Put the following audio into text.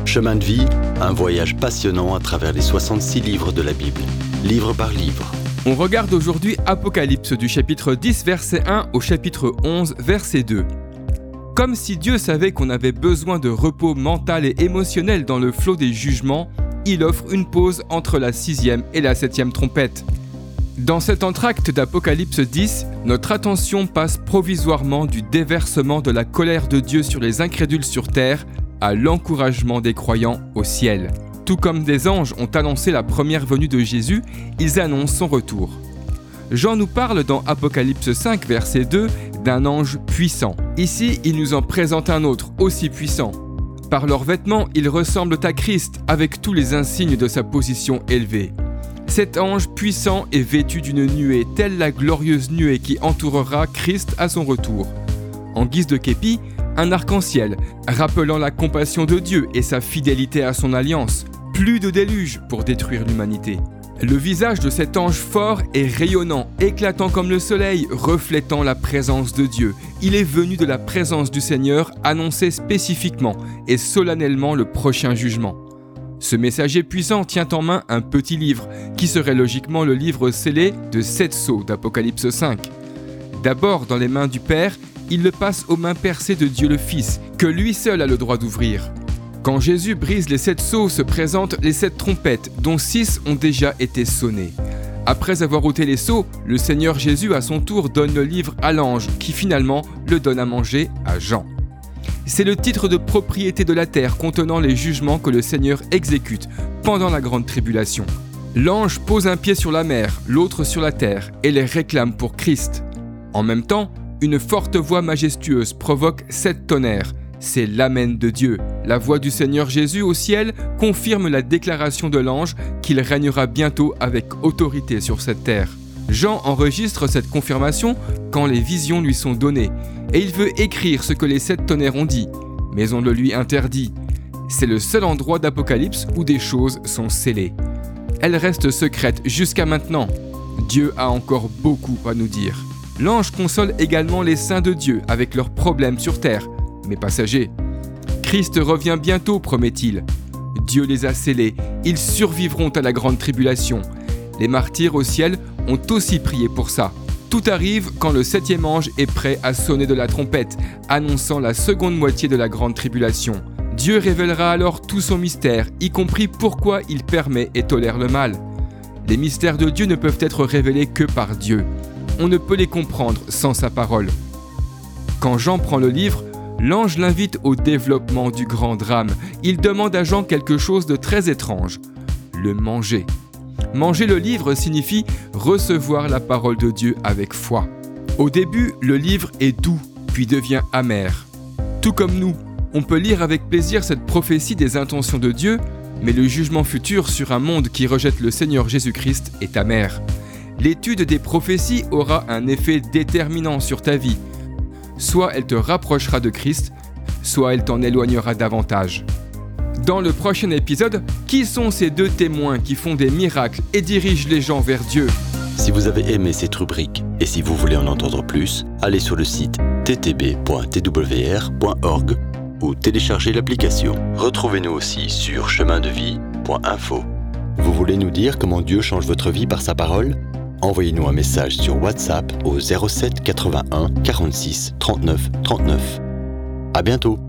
Chemin de vie, un voyage passionnant à travers les 66 livres de la Bible, livre par livre. On regarde aujourd'hui Apocalypse du chapitre 10 verset 1 au chapitre 11 verset 2. Comme si Dieu savait qu'on avait besoin de repos mental et émotionnel dans le flot des jugements, il offre une pause entre la 6e et la 7e trompette. Dans cet entracte d'Apocalypse 10, notre attention passe provisoirement du déversement de la colère de Dieu sur les incrédules sur terre à l'encouragement des croyants au ciel. Tout comme des anges ont annoncé la première venue de Jésus, ils annoncent son retour. Jean nous parle dans Apocalypse 5, verset 2, d'un ange puissant. Ici, il nous en présente un autre, aussi puissant. Par leurs vêtements, ils ressemblent à Christ, avec tous les insignes de sa position élevée. Cet ange puissant est vêtu d'une nuée, telle la glorieuse nuée qui entourera Christ à son retour. En guise de képi, un arc-en-ciel, rappelant la compassion de Dieu et sa fidélité à son alliance. Plus de déluge pour détruire l'humanité. Le visage de cet ange fort est rayonnant, éclatant comme le soleil, reflétant la présence de Dieu. Il est venu de la présence du Seigneur annoncer spécifiquement et solennellement le prochain jugement. Ce messager puissant tient en main un petit livre, qui serait logiquement le livre scellé de 7 sceaux d'Apocalypse 5. D'abord dans les mains du Père, il le passe aux mains percées de Dieu le Fils, que lui seul a le droit d'ouvrir. Quand Jésus brise les 7 sceaux, se présentent les 7 trompettes, dont 6 ont déjà été sonnées. Après avoir ôté les sceaux, le Seigneur Jésus à son tour donne le livre à l'ange, qui finalement le donne à manger à Jean. C'est le titre de propriété de la terre contenant les jugements que le Seigneur exécute pendant la grande tribulation. L'ange pose un pied sur la mer, l'autre sur la terre, et les réclame pour Christ. En même temps, une forte voix majestueuse provoque 7 tonnerres. C'est l'Amen de Dieu. La voix du Seigneur Jésus au ciel confirme la déclaration de l'ange qu'il régnera bientôt avec autorité sur cette terre. Jean enregistre cette confirmation quand les visions lui sont données, et il veut écrire ce que les 7 tonnerres ont dit, mais on le lui interdit. C'est le seul endroit d'Apocalypse où des choses sont scellées. Elles restent secrètes jusqu'à maintenant. Dieu a encore beaucoup à nous dire. L'ange console également les saints de Dieu avec leurs problèmes sur terre, mais passagers. Christ revient bientôt, promet-il. Dieu les a scellés, ils survivront à la grande tribulation. Les martyrs au ciel ont aussi prié pour ça. Tout arrive quand le 7e ange est prêt à sonner de la trompette, annonçant la seconde moitié de la grande tribulation. Dieu révélera alors tout son mystère, y compris pourquoi il permet et tolère le mal. Les mystères de Dieu ne peuvent être révélés que par Dieu. On ne peut les comprendre sans sa parole. Quand Jean prend le livre, l'ange l'invite au développement du grand drame. Il demande à Jean quelque chose de très étrange, le manger. Manger le livre signifie recevoir la parole de Dieu avec foi. Au début, le livre est doux, puis devient amer. Tout comme nous, on peut lire avec plaisir cette prophétie des intentions de Dieu, mais le jugement futur sur un monde qui rejette le Seigneur Jésus-Christ est amer. L'étude des prophéties aura un effet déterminant sur ta vie. Soit elle te rapprochera de Christ, soit elle t'en éloignera davantage. Dans le prochain épisode, qui sont ces 2 témoins qui font des miracles et dirigent les gens vers Dieu ? Si vous avez aimé cette rubrique et si vous voulez en entendre plus, allez sur le site ttb.twr.org ou téléchargez l'application. Retrouvez-nous aussi sur chemindevie.info. Vous voulez nous dire comment Dieu change votre vie par sa parole ? Envoyez-nous un message sur WhatsApp au 07 81 46 39 39. À bientôt.